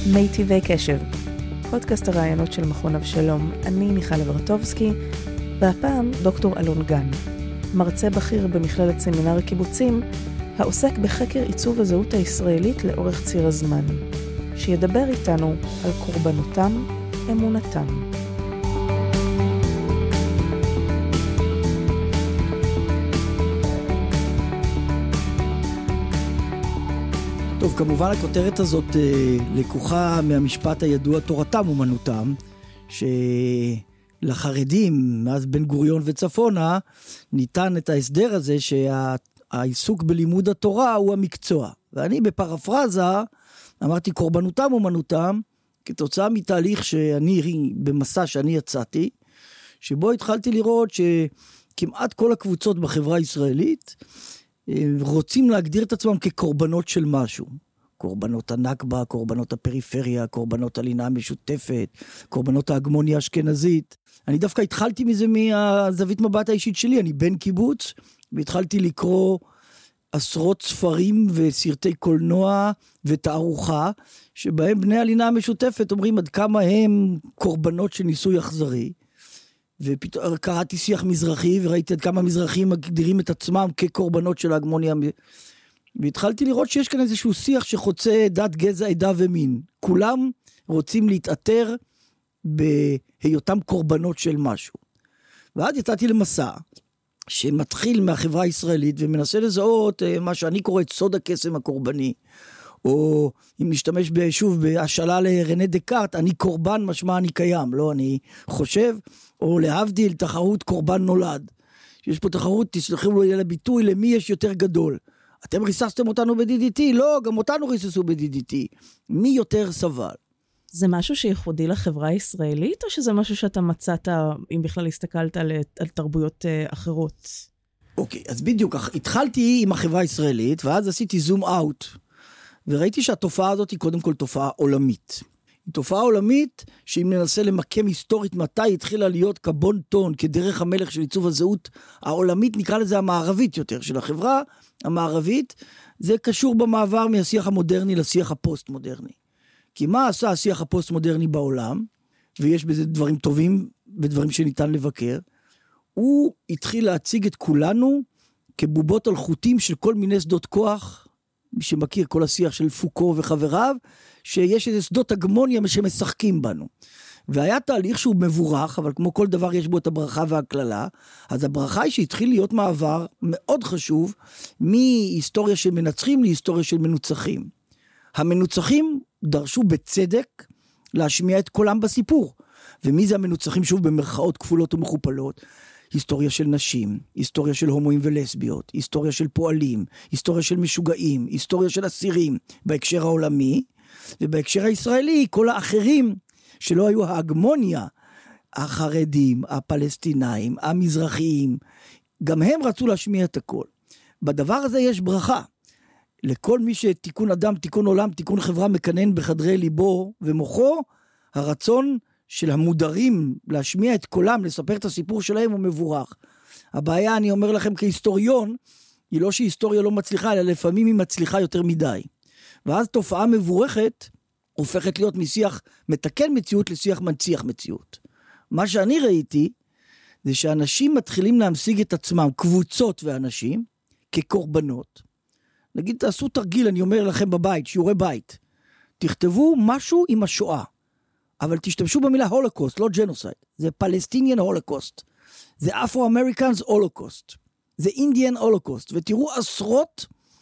מיטיבי קשב, פודקאסט הרעיונות של מכון אבשלום. אני מיכל אברטובסקי, והפעם דוקטור אלון גן, מרצה בכיר במכללת סמינר הקיבוצים, העוסק בחקר עיצוב הזהות הישראלית לאורך ציר הזמן, שידבר איתנו על קורבנותם, אמונתם. טוב, כמובן הכותרת הזאת לקוחה מהמשפט הידוע תורתם אומנותם, שלחרדים, מאז בן גוריון וצפונה, ניתן את ההסדר הזה שהעיסוק בלימוד התורה הוא המקצוע. ואני בפרפרזה אמרתי קורבנותם אומנותם, כתוצאה מתהליך במסע שאני יצאתי, שבו התחלתי לראות שכמעט כל הקבוצות בחברה הישראלית רוצים להגדיר את עצמם כקורבנות של משהו. קורבנות הנכבה, קורבנות הפריפריה, קורבנות הלינה המשותפת, קורבנות ההגמוניה האשכנזית. אני דווקא התחלתי מזה מהזווית מבט האישית שלי, אני בן קיבוץ, והתחלתי לקרוא עשרות ספרים וסרטי קולנוע ותערוכה, שבהם בני הלינה המשותפת אומרים עד כמה הם קורבנות של ניסוי אכזרי. ופתאום קראתי שיח מזרחי וראיתי עד כמה מזרחים מגדירים את עצמם כקורבנות של ההגמוניה, והתחלתי לראות שיש כאן איזשהו שיח שחוצה דת, גזע, עדה ומין. כולם רוצים להתאתר בהיותם קורבנות של משהו. ואז יצאתי למסע שמתחיל מהחברה הישראלית ומנסה לזהות מה שאני קורא את סוד הקסם הקורבני, או אם נשתמש שוב בהשאלה לרנה דקארט, אני קורבן משמע אני קיים, לא אני חושב, או להבדיל תחרות קורבן נולד. יש פה תחרות, תסלחו לו יהיה לביטוי, למי יש יותר גדול. אתם ריססתם אותנו ב-DDT? לא, גם אותנו ריססו ב-DDT. מי יותר סבל? זה משהו שייחודי לחברה הישראלית, או שזה משהו שאתה מצאת, אם בכלל הסתכלת על תרבויות אחרות? אוקיי, אז בדיוק, התחלתי עם החברה הישראלית, ואז עשיתי זום אאוט, וראיתי שהתופעה הזאת היא קודם כל תופעה עולמית. היא תופעה עולמית שאם ננסה למקם היסטורית מתי התחילה להיות כבון טון כדרך המלך של עיצוב הזהות העולמית, נקרא לזה המערבית יותר, של החברה המערבית, זה קשור במעבר מהשיח המודרני לשיח הפוסט מודרני. כי מה עשה השיח הפוסט מודרני בעולם, ויש בזה דברים טובים ודברים שניתן לבקר, הוא התחיל להציג את כולנו כבובות על חוטים של כל מיני שדות כוח, מי שמכיר כל השיח של פוקו וחבריו, שיש איזה שדות הגמוניה שמשחקים בנו. והיה תהליך שהוא מבורך, אבל כמו כל דבר יש בו את הברכה והכללה, אז הברכה היא שהתחיל להיות מעבר מאוד חשוב, מהיסטוריה של מנצחים להיסטוריה של מנוצחים. המנוצחים דרשו בצדק להשמיע את קולם בסיפור. ומי זה המנוצחים שוב במרכאות כפולות ומכופלות? היסטוריה של נשים, היסטוריה של הומואים ולסביות, היסטוריה של פועלים, היסטוריה של משוגעים, היסטוריה של אסירים, בהקשר העולמי, ובהקשר הישראלי, כל האחרים שלא היו ההגמוניה, החרדים, הפלסטינאים, המזרחיים, גם הם רצו להשמיע את הכל. בדבר הזה יש ברכה. לכל מי שתיקון אדם, תיקון עולם, תיקון חברה מקנן בחדרי ליבו ומוחו, הרצון של המודרים להשמיע את קולם, לספר את הסיפור שלהם הוא מבורך. הבעיה, אני אומר לכם כהיסטוריון, היא לא שהיסטוריה לא מצליחה, אלא לפעמים היא מצליחה יותר מדי. ואז תופעה מבורכת הופכת להיות משיח מתקן מציאות לשיח מנציח מציאות. מה שאני ראיתי זה שאנשים מתחילים להמשיג את עצמם, קבוצות ואנשים, כקורבנות. נגיד תעשו תרגיל, אני אומר לכם בבית, שיעורי בית. תכתבו משהו עם השואה. אבל תשתמשו במילה הולוקוסט, לא ג'נוסייד. זה פלסטיניאן הולוקוסט. זה אפרו-אמריקאנס הולוקוסט. זה אינדיאן הולוקוסט. ותראו עשרות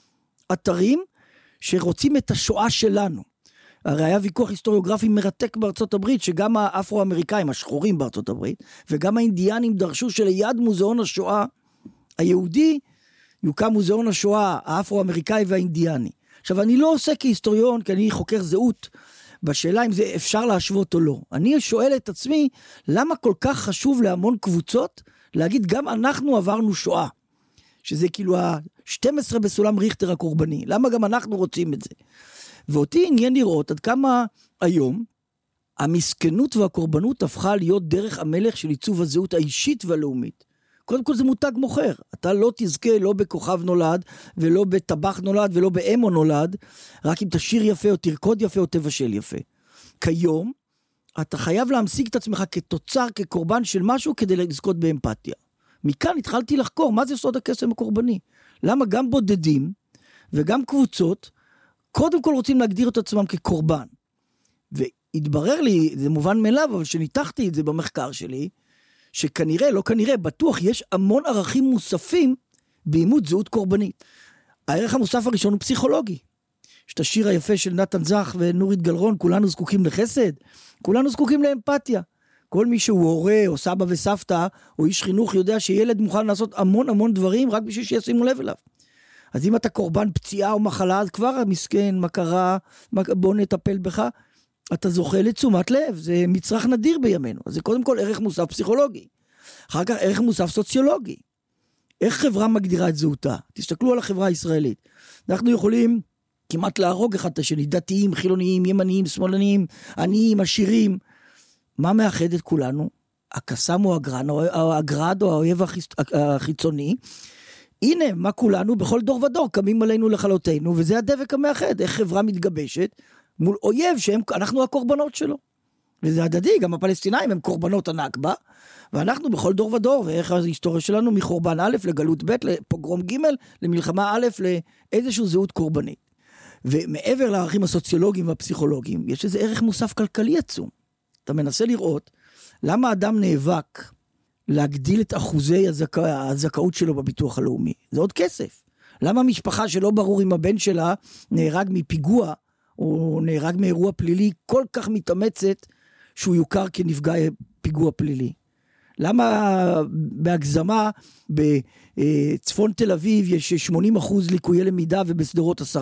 אתרים שרוצים את השואה שלנו. הרי היה ויכוח היסטוריוגרפי מרתק בארצות הברית, שגם האפרו-אמריקאים, השחורים בארצות הברית, וגם האינדיאנים דרשו שליד מוזיאון השואה היהודי, יוקם מוזיאון השואה האפרו-אמריקאי והאינדיאני. עכשיו, אני לא עושה כהיסטוריון, כי אני חוקר זהות, בשאלה אם זה אפשר להשוות או לא. אני שואל את עצמי, למה כל כך חשוב להמון קבוצות, להגיד גם אנחנו עברנו שואה, שזה כאילו ה-12 בסולם ריכטר הקורבני, למה גם אנחנו רוצים את זה? ואותי עניין לראות עד כמה היום, המסכנות והקורבנות הפכה להיות דרך המלך של עיצוב הזהות האישית והלאומית. קודם כל זה מותג מוכר, אתה לא תזכה לא בכוכב נולד, ולא בטבח נולד, ולא באמו נולד, רק אם תשיר יפה, או תרקוד יפה, או תבשל יפה. כיום, אתה חייב להמשיג את עצמך כתוצר, כקורבן של משהו, כדי לזכות באמפתיה. מכאן התחלתי לחקור, מה זה סוד הקסם הקורבני? למה גם בודדים, וגם קבוצות, קודם כל רוצים להגדיר את עצמם כקורבן. והתברר לי, זה מובן מאליו, אבל שניתחתי את זה במחקר שלי, שכנראה, לא כנראה, בטוח יש המון ערכים מוספים, באימות זהות קורבנית. הערך המוסף הראשון הוא פסיכולוגי. יש את השיר היפה של נתן זך ונורית גלרון, כולנו זקוקים לחסד, כולנו זקוקים לאמפתיה. כל מי שהוא הורה או סבא וסבתא, או איש חינוך יודע שילד מוכן לעשות המון דברים, רק בשביל שישימו לב אליו. אז אם אתה קורבן פציעה או מחלה, אז כבר המסכן, מה קרה, בוא נטפל בך, אתה זוכה לתשומת לב, זה מצרך נדיר בימינו. אז זה קודם כל ערך מוסף פסיכולוגי. אחר כך ערך מוסף סוציולוגי. איך חברה מגדירה את זהותה? תסתכלו על החברה הישראלית. אנחנו יכולים כמעט להרוג אחד את השני, דתיים, חילוניים, ימניים, שמאלניים, עניים, עשירים. מה מאחד את כולנו? הקסם או הגרן, או הגרד או האויב החיצוני. הנה, מה כולנו בכל דור ודור קמים עלינו לכלותנו, וזה הדבק המאחד. איך חברה מתגבשת מול אויב שאנחנו הקורבנות שלו. וזה הדדי, גם הפלסטינאים הם קורבנות הנכבה, ואנחנו בכל דור ודור, ואיך ההיסטוריה שלנו מחורבן א' לגלות ב', לפוגרום ג', למלחמה א', לאיזשהו זהות קורבנית. ומעבר לערכים הסוציולוגיים והפסיכולוגיים, יש איזה ערך מוסף כלכלי עצום. אתה מנסה לראות למה אדם נאבק להגדיל את אחוזי הזכאות שלו בביטוח הלאומי. זה עוד כסף. למה משפחה שלא ברור אם הבן שלה נהרג מפיגוע, או נהרג מאירוע פלילי, כל כך מתאמצת שהוא יוכר כנפגע פיגוע פלילי? למה בהגזמה בצפון תל אביב יש 80% ליקויי למידה ובסדרות 10%?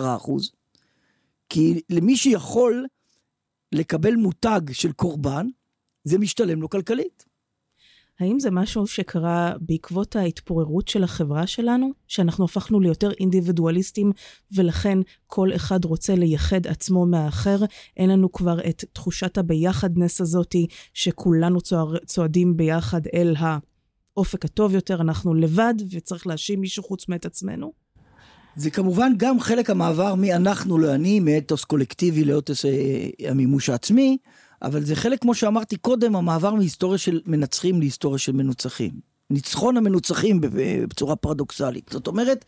כי למי שיכול לקבל מותג של קורבן, זה משתלם לו כלכלית. האם זה משהו שקרה בעקבות ההתפוררות של החברה שלנו, שאנחנו הפכנו ליותר אינדיבידואליסטים, ולכן כל אחד רוצה לייחד עצמו מהאחר, אין לנו כבר את תחושת הביחדנס הזאת, שכולנו צועדים ביחד אל האופק הטוב יותר, אנחנו לבד, וצריך להאשים מישהו חוץ מאת עצמנו? זה כמובן גם חלק המעבר מאנחנו לאני, מאתוס קולקטיבי לאתוס המימוש העצמי, אבל זה חלק, כמו שאמרתי קודם, המעבר מהיסטוריה של מנצחים להיסטוריה של מנוצחים. ניצחון המנוצחים בצורה פרדוקסלית. זאת אומרת,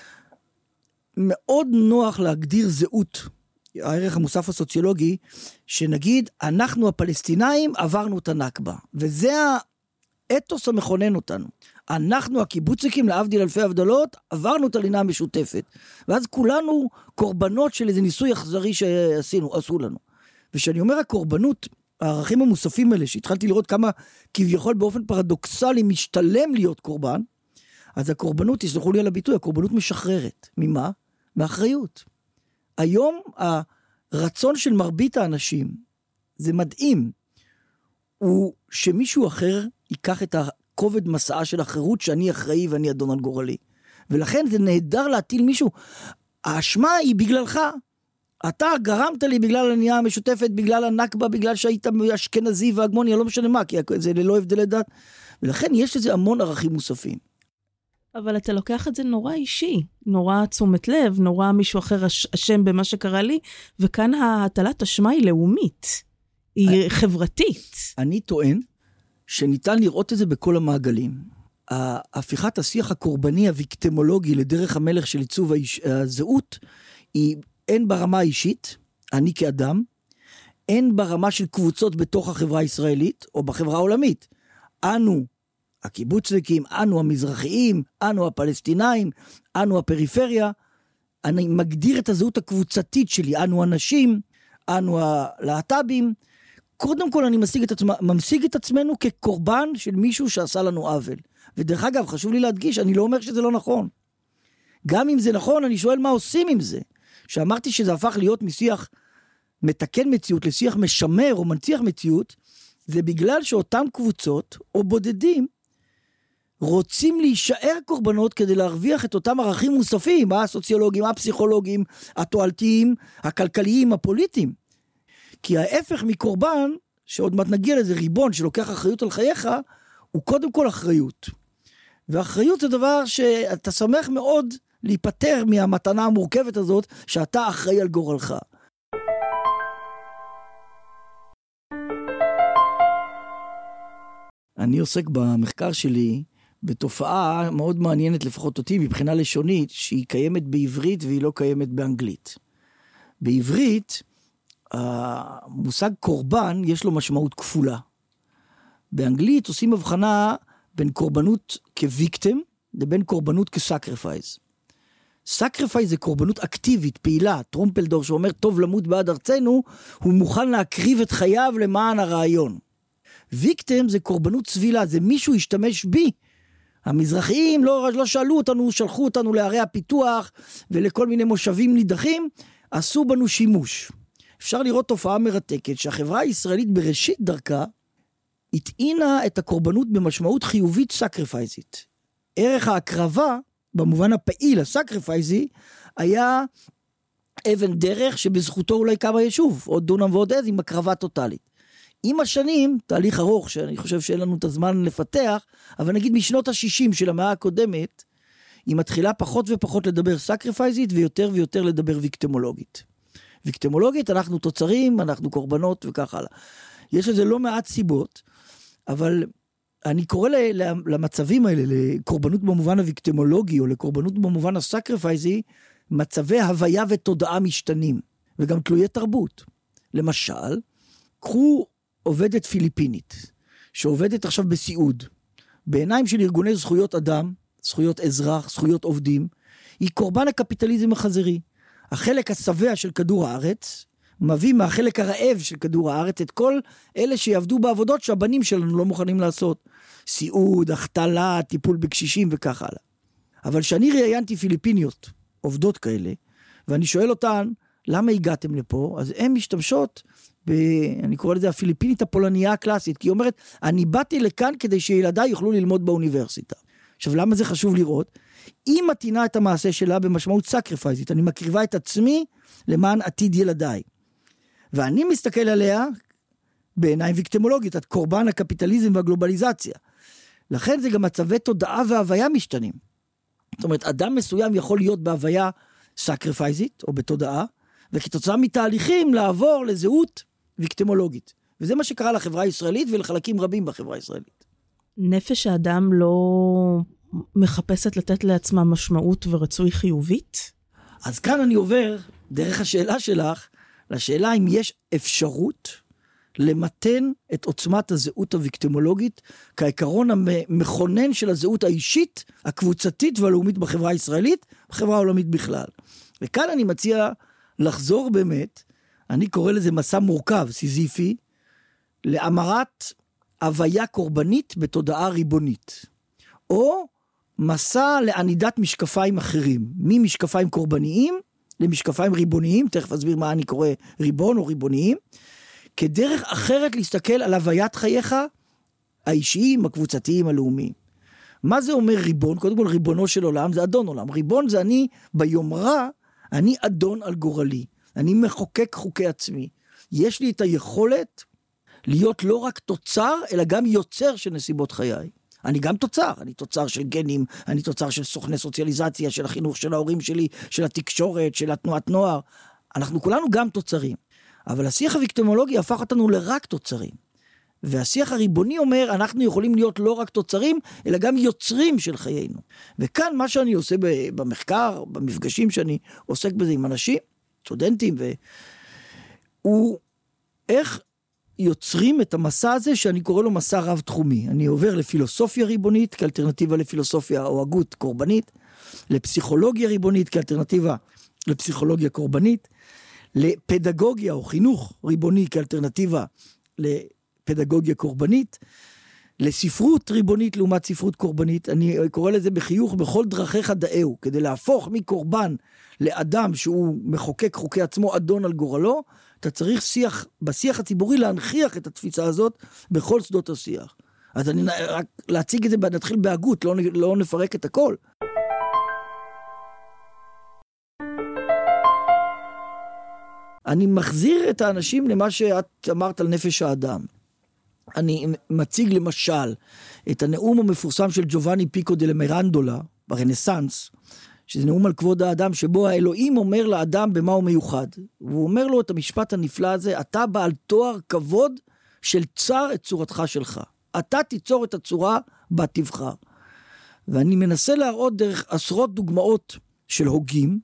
מאוד נוח להגדיר זהות, הערך המוסף הסוציולוגי, שנגיד, אנחנו הפלסטינאים עברנו את הנכבה, וזה האתוס המכונן אותנו. אנחנו הקיבוצניקים, להבדיל אלפי הבדלות, עברנו את הלינה המשותפת, ואז כולנו קורבנות של איזה ניסוי אכזרי עשו לנו. ושאני אומר הקורבנות, הערכים המוספים האלה, שהתחלתי לראות כמה כביכול באופן פרדוקסלי משתלם להיות קורבן, אז הקורבנות, תסלחו לי על הביטוי, הקורבנות משחררת. ממה? מאחריות. היום הרצון של מרבית האנשים, זה מדהים, הוא שמישהו אחר ייקח את הכובד מסעה של החירות, שאני אחראי ואני אדון על גורלי. ולכן זה נהדר להטיל מישהו, האשמה היא בגללך, אתה גרמת לי בגלל הנייה המשותפת, בגלל הנכבה, בגלל שהיית אשכנזי והגמוניה, לא משנה מה, כי זה ללא הבדלי דת. ולכן יש לזה המון ערכים מוספים. אבל אתה לוקח את זה נורא אישי, נורא תשומת לב, נורא מישהו אחר אשם במה שקרה לי, וכאן ההטלת אשמה היא לאומית, היא חברתית. אני טוען שניתן לראות את זה בכל המעגלים. הפיכת השיח הקורבני הוויקטימולוגי לדרך המלך של עיצוב הזהות, היא אין ברמה האישית, אני כאדם, אין ברמה של קבוצות בתוך החברה הישראלית, או בחברה העולמית. אנו הקיבוצניקים, אנו המזרחיים, אנו הפלסטינאים, אנו הפריפריה, אני מגדיר את הזהות הקבוצתית שלי, אנו הנשים, אנו הלהט"בים, קודם כל אני ממשיג את עצמנו כקורבן של מישהו שעשה לנו עוול. ודרך אגב, חשוב לי להדגיש, אני לא אומר שזה לא נכון. גם אם זה נכון, אני שואל מה עושים עם זה. שאמרתי שזה הפך להיות משיח מתקן מציאות לשיח משמר או מנציח מציאות, זה בגלל שאותם קבוצות או בודדים רוצים להישאר קורבנות כדי להרוויח את אותם ערכים מוספים, הסוציולוגיים, הפסיכולוגיים, התועלתיים, הכלכליים, הפוליטיים. כי ההפך מקורבן, שעוד מעט נגיע לזה ריבון שלוקח אחריות על חייך, הוא קודם כל אחריות. ואחריות זה דבר שאתה שמח מאוד להיפטר מהמתנה המורכבת הזאת, שאתה אחראי על גורלך. אני עוסק במחקר שלי בתופעה מאוד מעניינת, לפחות אותי, מבחינה לשונית, שהיא קיימת בעברית והיא לא קיימת באנגלית. בעברית, המושג קורבן יש לו משמעות כפולה. באנגלית עושים הבחנה בין קורבנות כוויקטם, לבין קורבנות כסקריפייז. סקריפייז זה קורבנות אקטיבית, פעילה. טרומפלדור שאומר טוב למות בעד ארצנו, הוא מוכן להקריב את חייו למען הרעיון. ויקטם זה קורבנות צבילה, זה מישהו השתמש בי. המזרחיים לא שאלו אותנו, שלחו אותנו לערי הפיתוח, ולכל מיני מושבים נידחים, עשו בנו שימוש. אפשר לראות תופעה מרתקת, שהחברה הישראלית בראשית דרכה, התעינה את הקורבנות במשמעות חיובית סקריפייזית. ערך ההקרבה, במובן הפעיל, הסקריפייזי, היה אבן דרך שבזכותו אולי קם היישוב, עוד דונם ועוד עז עם הקרבה טוטלית. עם השנים, תהליך ארוך שאני חושב שאין לנו את הזמן לפתח, אבל נגיד משנות ה-60 של המאה הקודמת, היא מתחילה פחות ופחות לדבר סקריפייזית ויותר ויותר לדבר ויקטמולוגית. ויקטמולוגית, אנחנו תוצרים, אנחנו קורבנות וכך הלאה. יש לזה לא מעט סיבות, אבל אני קורא למצבים האלה, לקורבנות במובן הוויקטמולוגי, או לקורבנות במובן הסקריפייזי, מצבי הוויה ותודעה משתנים, וגם תלויי תרבות. למשל, קחו עובדת פיליפינית, שעובדת עכשיו בסיעוד, בעיניים של ארגוני זכויות אדם, זכויות אזרח, זכויות עובדים, היא קורבן הקפיטליזם החזירי. החלק השבע של כדור הארץ, מביא מהחלק הרעב של כדור הארץ את כל אלה שיעבדו בעבודות שהבנים שלנו לא מוכנים לעשות. סיעוד, החתלה, טיפול בקשישים וכך הלאה. אבל שאני ראיינתי פיליפיניות, עובדות כאלה, ואני שואל אותן, למה הגעתם לפה? אז הן משתמשות, אני קורא לזה הפיליפינית הפולניה הקלאסית, כי היא אומרת, אני באתי לכאן כדי שילדיי יוכלו ללמוד באוניברסיטה. עכשיו, למה זה חשוב לראות? היא מתינה את המעשה שלה במשמעות סקריפייזית, אני מקריבה את עצמי למען עתיד ילדיי. ואני מסתכל עליה בעיניים ויקטמולוגית, את קורבן הקפיטליזם והגלובליזציה. לכן זה גם מצבי תודעה והוויה משתנים. זאת אומרת, אדם מסוים יכול להיות בהוויה סקריפייזית או בתודעה, וכתוצאה מתהליכים לעבור לזהות ויקטמולוגית. וזה מה שקרה לחברה הישראלית ולחלקים רבים בחברה הישראלית. נפש האדם לא מחפשת לתת לעצמה משמעות ורצוי חיובית? אז כאן אני עובר, דרך השאלה שלך, לשאלה אם יש אפשרות למתן את עוצמת הזהות הוויקטמולוגית כעיקרון המכונן של הזהות האישית, הקבוצתית והלאומית בחברה הישראלית, בחברה העולמית בכלל. וכאן אני מציע לחזור באמת, אני קורא לזה מסע מורכב, סיזיפי, לאמרת הוויה קורבנית בתודעה ריבונית. או מסע לענידת משקפיים אחרים, ממשקפיים קורבניים למשקפיים ריבוניים, תכף אסביר מה אני קורא ריבון או ריבוניים, כדרך אחרת להסתכל על הוויית חייך האישיים, הקבוצתיים, הלאומיים. מה זה אומר ריבון? קודם כל ריבונו של עולם זה אדון עולם. ריבון זה אני ביומרה, אני אדון על גורלי. אני מחוקק חוקי עצמי. יש לי את היכולת להיות לא רק תוצר, אלא גם יוצר של נסיבות חיי. אני גם תוצר, אני תוצר של גנים, אני תוצר של סוכני סוציאליזציה, של החינוך של ההורים שלי, של התקשורת, של התנועת נוער. אנחנו כולנו גם תוצרים. אבל השיח הוויקטמולוגי הפך אותנו לרק תוצרים. והשיח הריבוני אומר, אנחנו יכולים להיות לא רק תוצרים, אלא גם יוצרים של חיינו. וכאן מה שאני עושה במחקר, במפגשים שאני עוסק בזה עם אנשים, סטודנטים, הוא איך יוצרים את המסע הזה שאני קורא לו מסע רב תחומי. אני עובר לפילוסופיה ריבונית כאלטרנטיבה לפילוסופיה או הגות קורבנית, לפסיכולוגיה ריבונית כאלטרנטיבה לפסיכולוגיה קורבנית, לפדגוגיה או חינוך ריבוני כאלטרנטיבה לפדגוגיה קורבנית, לספרות ריבונית לעומת ספרות קורבנית. אני קורא לזה בחיוך בכל דרכיך דאהו, כדי להפוך מקורבן לאדם שהוא מחוקק חוקי עצמו אדון על גורלו, אתה צריך בשיח הציבורי להנכיח את התפיסה הזאת בכל שדות השיח. אז אני רק להציג את זה, נתחיל בהגות, לא נפרק את הכל. אני מחזיר את האנשים למה שאת אמרת על נפש האדם. אני מציג למשל את הנאום המפורסם של ג'ובאני פיקו דה מרנדולה ברנסנס, שזה נאום על כבוד האדם, שבו האלוהים אומר לאדם במה הוא מיוחד. והוא אומר לו את המשפט הנפלא הזה, אתה בעל תואר כבוד של צר את צורתך שלך. אתה תיצור את הצורה בה תבחר. ואני מנסה להראות דרך עשרות דוגמאות של הוגים,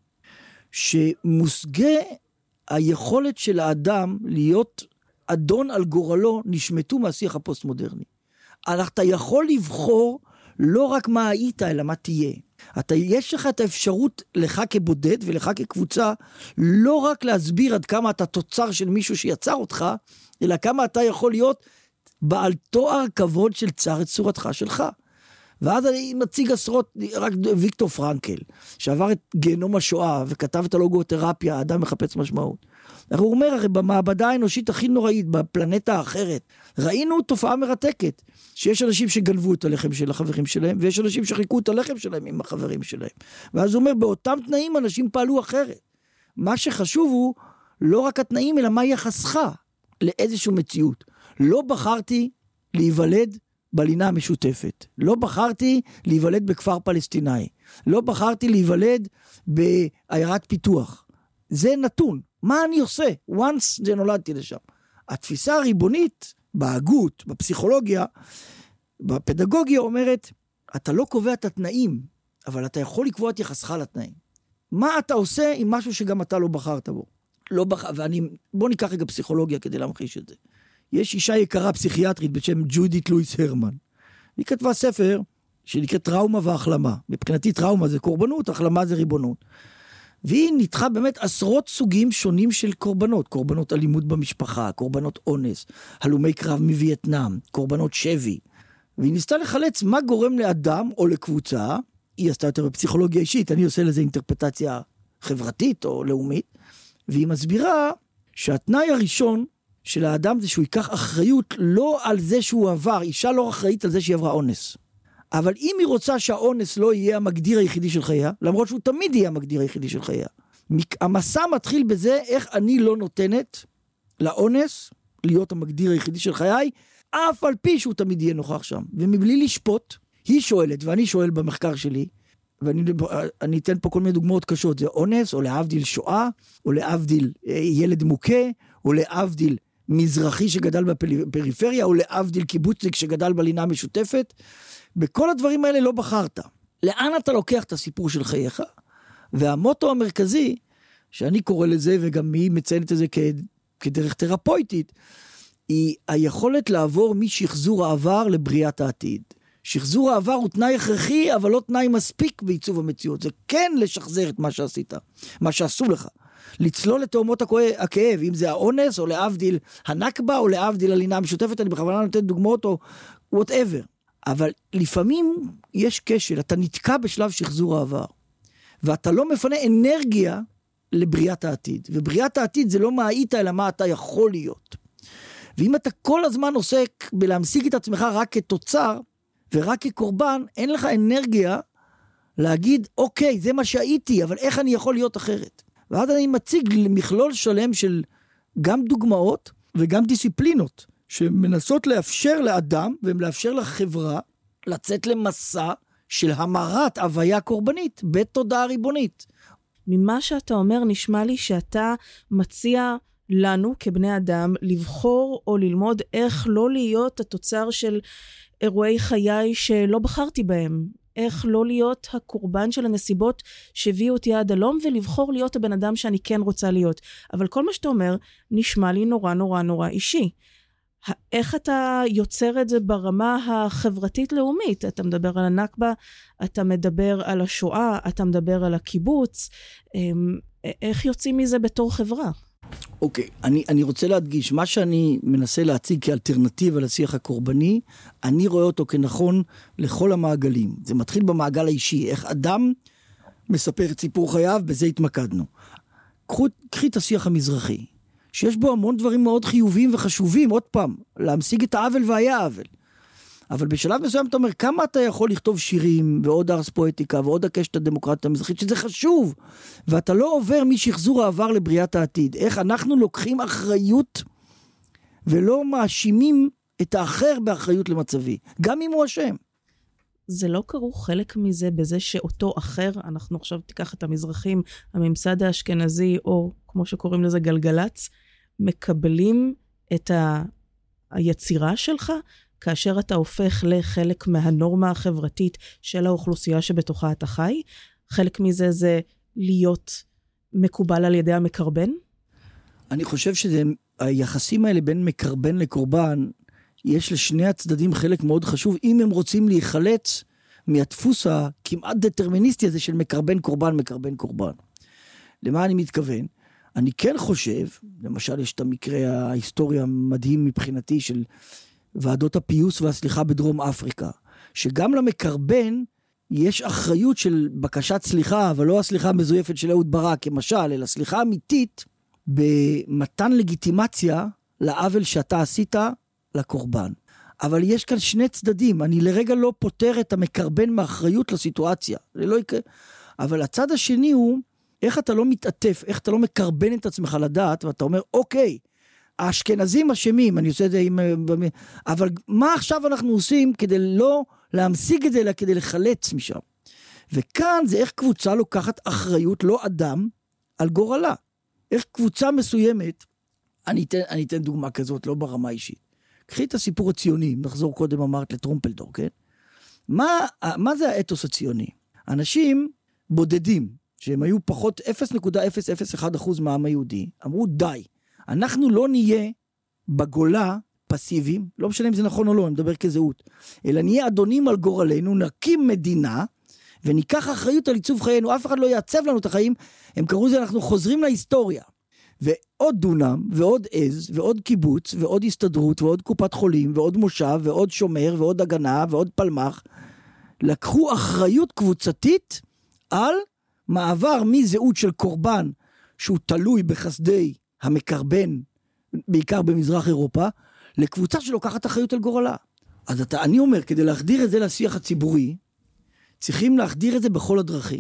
שמושגי היכולת של האדם להיות אדון על גורלו נשמטו מהשיח הפוסט-מודרני. אתה יכול לבחור לא רק מה היית, אלא מה תהיה. יש לך את האפשרות לך כבודד ולך כקבוצה, לא רק להסביר עד כמה אתה תוצר של מישהו שיצר אותך, אלא כמה אתה יכול להיות בעל תואר כבוד של צר את צורתך שלך. ואז אני מציג עשרות, רק ויקטור פרנקל, שעבר את גיהנום השואה, וכתב את הלוגותרפיה, האדם מחפש משמעות. הוא אומר, הרי במעבדה האנושית הכי נוראית, בפלנטה האחרת, ראינו תופעה מרתקת, שיש אנשים שגנבו את הלחם של החברים שלהם, ויש אנשים שחיקו את הלחם שלהם עם החברים שלהם. ואז הוא אומר, באותם תנאים אנשים פעלו אחרת. מה שחשוב הוא, לא רק התנאים, אלא מה יחסך לאיזושהי מציאות. לא בחרתי להיוולד בלינה המשותפת. לא בחרתי להיוולד בכפר פלסטיני. לא בחרתי להיוולד בעיירת פיתוח. זה נתון. מה אני עושה? once זה נולדתי לשם. התפיסה הריבונית, בהגות, בפסיכולוגיה, בפדגוגיה אומרת, אתה לא קובע את התנאים, אבל אתה יכול לקבוע את יחסך לתנאים. מה אתה עושה עם משהו שגם אתה לא בחרת בו? בוא ניקח רגע פסיכולוגיה כדי להמחיש את זה. יש אישה יקרה פסיכיאטרית בשם ג'ודית לואיס הרמן. היא כתבה ספר שנקרא טראומה והחלמה. מבחינתי טראומה זה קורבנות, החלמה זה ריבונות. והיא ניתחה באמת עשרות סוגים שונים של קורבנות. קורבנות אלימות במשפחה, קורבנות אונס, הלומי קרב מווייטנאם, קורבנות שבי. והיא ניסתה לחלץ מה גורם לאדם או לקבוצה, היא עשתה יותר בפסיכולוגיה אישית, אני עושה לזה אינטרפטציה חברתית או לאומית, והיא מסבירה שהתנאי הראשון של האדם זה שהוא ייקח אחריות לא על זה שהוא עבר, אישה לא אחראית על זה שהיא עברה אונס. אבל אם היא רוצה שהאונס לא יהיה המגדיר היחידי של חייה, למרות שהוא תמיד יהיה המגדיר היחידי של חייה, המסע מתחיל בזה איך אני לא נותנת לאונס להיות המגדיר היחידי של חיי, אף על פי שהוא תמיד יהיה נוכח שם. ומבלי לשפוט, היא שואלת, ואני שואל במחקר שלי, ואני אתן פה כל מיני דוגמאות קשות, זה אונס, או להבדיל שואה, או להבדיל ילד מוכה, או להבדיל מזרחי שגדל בפריפריה, או להבדיל קיבוצניק שגדל בלינה המשותפת. בכל הדברים האלה לא בחרת. לאן אתה לוקח את הסיפור של חייך? והמוטו המרכזי, שאני קורא לזה, וגם היא מציינת את זה כדרך תרפויטית, היא היכולת לעבור משחזור העבר לבריאת העתיד. שחזור העבר הוא תנאי הכרחי, אבל לא תנאי מספיק בעיצוב המציאות. זה כן לשחזר את מה שעשית, מה שעשו לך. לצלול לתאומות הכאב, אם זה האונס, או להבדיל הנקבה, או להבדיל הלינה המשותפת, אני בכוונה נותן דוגמאות, או whatever. אבל לפעמים יש כשל, אתה נתקע בשלב שחזור העבר, ואתה לא מפנה אנרגיה לבריאת העתיד. ובריאת העתיד זה לא מה היית, אלא מה אתה יכול להיות. ואם אתה כל הזמן עוסק בלהמשיג את עצמך רק כתוצר, ורק כקורבן, אין לך אנרגיה להגיד, אוקיי, זה מה שהייתי, אבל איך אני יכול להיות אחרת? ואז אני מציג מכלול שלם של גם דוגמאות וגם דיסציפלינות, שמנסות לאפשר לאדם ולאפשר לחברה לצאת למסע של המרת הוויה קורבנית בתודעה ריבונית. ממה שאתה אומר נשמע לי שאתה מציע לנו כבני אדם לבחור או ללמוד איך לא להיות התוצר של אירועי חיי שלא בחרתי בהם. איך לא להיות הקורבן של הנסיבות שהביאו אותי עד הלום, ולבחור להיות הבן אדם שאני כן רוצה להיות. אבל כל מה שאתה אומר נשמע לי נורא נורא נורא אישי. איך אתה יוצר את זה ברמה החברתית-לאומית? אתה מדבר על הנכבה, אתה מדבר על השואה, אתה מדבר על הקיבוץ. איך יוצאים מזה בתור חברה? אוקיי, אני רוצה להדגיש, מה שאני מנסה להציג כאלטרנטיבה לשיח הקורבני, אני רואה אותו כנכון לכל המעגלים. זה מתחיל במעגל האישי, איך אדם מספר את סיפור חייו, בזה התמקדנו. קחי את השיח המזרחי, שיש בו המון דברים מאוד חיוביים וחשובים, עוד פעם, להמשיג את העוול והיה העוול. אבל בשלב מסוים אתה אומר, כמה אתה יכול לכתוב שירים, ועוד ארס פואטיקה, ועוד הקשת הדמוקרטית המזרחית, שזה חשוב, ואתה לא עובר משחזור העבר לבריאת העתיד. איך אנחנו לוקחים אחריות, ולא מאשימים את האחר באחריות למצבי, גם אם הוא אשם. זה לא קרו חלק מזה בזה שאותו אחר, אנחנו עכשיו תיקח את המזרחים, הממסד האשכנזי, או כמו שקוראים לזה גלגלץ, מקבלים את היצירה שלך, כאשר אתה הופך לחלק מהנורמה החברתית של האוכלוסייה שבתוכה אתה חי, חלק מזה זה להיות מקובל על ידי המקרבן? אני חושב שהיחסים האלה בין מקרבן לקורבן, יש לשני הצדדים חלק מאוד חשוב, אם הם רוצים להיחלץ מהדפוס הכמעט דטרמיניסטי הזה של מקרבן קורבן, מקרבן קורבן. למה אני מתכוון? אני כן חושב, למשל יש את המקרה ההיסטורי המדהים מבחינתי של ועדות הפיוס והסליחה בדרום אפריקה, שגם למקרבן יש אחריות של בקשת סליחה, אבל לא הסליחה המזויפת של אהוד ברק כמשל, אלא סליחה אמיתית במתן לגיטימציה לעוול שאתה עשית לקורבן. אבל יש כאן שני צדדים, אני לרגע לא פותר את המקרבן מאחריות לסיטואציה, זה לא יקרה. אבל הצד השני הוא, איך אתה לא מתעטף, איך אתה לא מקרבן את עצמך לדעת, ואתה אומר, אוקיי, האשכנזים אשמים, אני עושה את זה עם... אבל מה עכשיו אנחנו עושים כדי לא להמשיג את זה, אלא כדי לחלץ משם? וכאן זה איך קבוצה לוקחת אחריות, לא אדם, על גורלה. איך קבוצה מסוימת, אני אתן דוגמה כזאת, לא ברמה אישית. קחי את הסיפור הציוני, נחזור קודם אמרת לטרומפלדור, כן? מה זה האתוס הציוני? אנשים בודדים, שהם היו פחות 0.001% מהעם היהודי, אמרו די, אנחנו לא נהיה בגולה פסיביים, לא משנה אם זה נכון או לא, אני מדבר כזהות, אלא נהיה אדונים על גורלנו, נקים מדינה, וניקח אחריות על עיצוב חיינו, אף אחד לא יעצב לנו את החיים, הם קראו זה, אנחנו חוזרים להיסטוריה, ועוד דונם, ועוד עז, ועוד קיבוץ, ועוד הסתדרות, ועוד קופת חולים, ועוד מושב, ועוד שומר, ועוד הגנה, ועוד פלמח, לקחו אחריות קבוצתית על מעבר מזהות של קורבן, שהוא תלוי בחסדי המקרבן, בעיקר במזרח אירופה, לקבוצה שלוקחת אחריות על גורלה. אז אני אומר, כדי להחדיר את זה לשיח הציבורי, צריכים להחדיר את זה בכל הדרכים.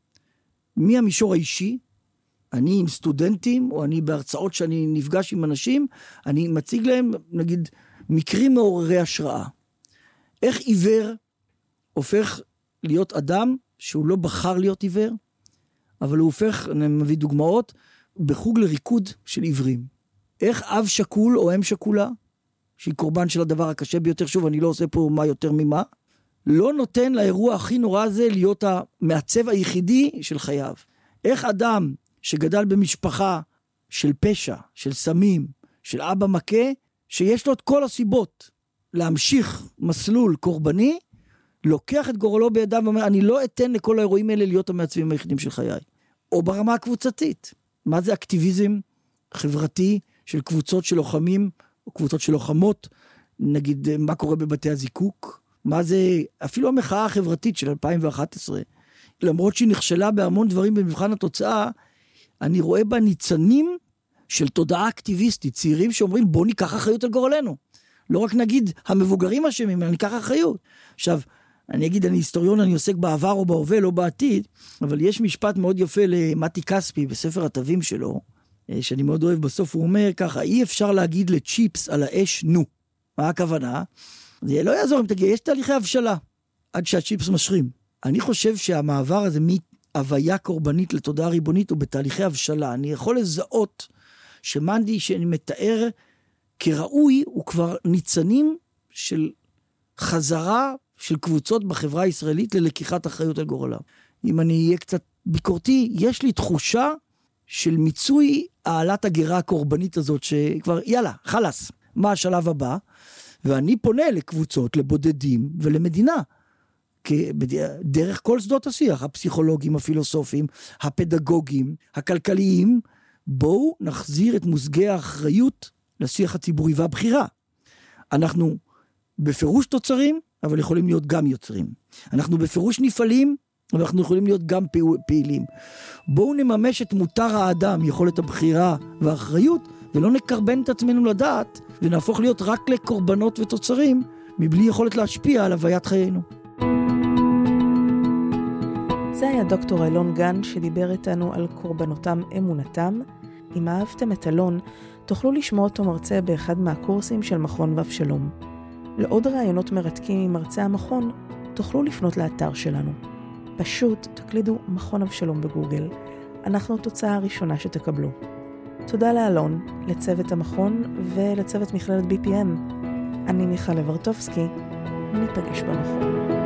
מהמישור האישי, אני עם סטודנטים, או אני בהרצאות שאני נפגש עם אנשים, אני מציג להם, נגיד, מקרים מעוררי השראה. איך עיוור הופך להיות אדם שהוא לא בחר להיות עיוור, אבל הוא הופך, אני מביא דוגמאות, בחוג לריקוד של עיוורים. איך אב שקול או אם שקולה, שהיא קורבן של הדבר הקשה ביותר, שוב, אני לא עושה פה מה יותר ממה, לא נותן לאירוע הכי נורא הזה להיות המעצב היחידי של חייו. איך אדם שגדל במשפחה של פשע, של סמים, של אבא מכה, שיש לו את כל הסיבות להמשיך מסלול קורבני, לוקח את גורלו בידיו ואומר, אני לא אתן לכל האירועים האלה להיות המעצבים היחידים של חיי. או ברמה הקבוצתית. מה זה אקטיביזם חברתי של קבוצות של לוחמים, או קבוצות של לוחמות, נגיד מה קורה בבתי הזיקוק, מה זה אפילו המחאה החברתית של 2011, למרות שהיא נכשלה בהמון דברים במבחן התוצאה, אני רואה בה ניצנים של תודעה אקטיביסטית, צעירים שאומרים בוא ניקח אחריות על גורלנו, לא רק נגיד המבוגרים אשמים, אלא ניקח אחריות. עכשיו, אני אגיד, אני היסטוריון, אני עוסק בעבר או בהווה, לא בעתיד, אבל יש משפט מאוד יפה למתי כספי בספר התווים שלו, שאני מאוד אוהב, בסוף הוא אומר ככה, אי אפשר להגיד לצ'יפס על האש, נו. מה הכוונה? זה לא יעזור אם תגיד, יש תהליכי הבשלה, עד שהצ'יפס משרים. אני חושב שהמעבר הזה מהוויה קורבנית לתודעה ריבונית, הוא בתהליכי הבשלה. אני יכול לזהות שמנדי שאני מתאר כראוי, הוא כבר ניצנים של חזרה של קבוצות בחברה הישראלית ללקיחת אחריות על גורלה. אם אני אהיה קצת ביקורתי, יש לי תחושה של מיצוי העלת הגרה הקורבנית הזאת, שכבר יאללה, חלס, מה השלב הבא? ואני פונה לקבוצות, לבודדים ולמדינה, דרך כל שדות השיח, הפסיכולוגים, הפילוסופים, הפדגוגים, הכלכליים, בואו נחזיר את מושגי האחריות לשיח הציבורי והבחירה. אנחנו בפירוש תוצרים, אבל יכולים להיות גם יוצרים. אנחנו בפירוש נפעלים, אבל אנחנו יכולים להיות גם פעילים. בואו נממש את מותר האדם, יכולת הבחירה והאחריות, ולא נקרבן את עצמנו לדעת, ונהפוך להיות רק לקורבנות ותוצרים, מבלי יכולת להשפיע על הוויית חיינו. זה היה דוקטור אלון גן, שדיבר איתנו על קורבנותם אמונתם. אם אהבתם את אלון, תוכלו לשמוע אותו מרצה באחד מהקורסים של מכון ואבשלום. לעוד רעיונות מרתקים עם מרצה המכון, תוכלו לפנות לאתר שלנו. פשוט תקלידו מכון אבשלום בגוגל. אנחנו התוצאה הראשונה שתקבלו. תודה לאלון, לצוות המכון ולצוות מכללת BPM. אני מיכל לברטובסקי, ניפגש במכון.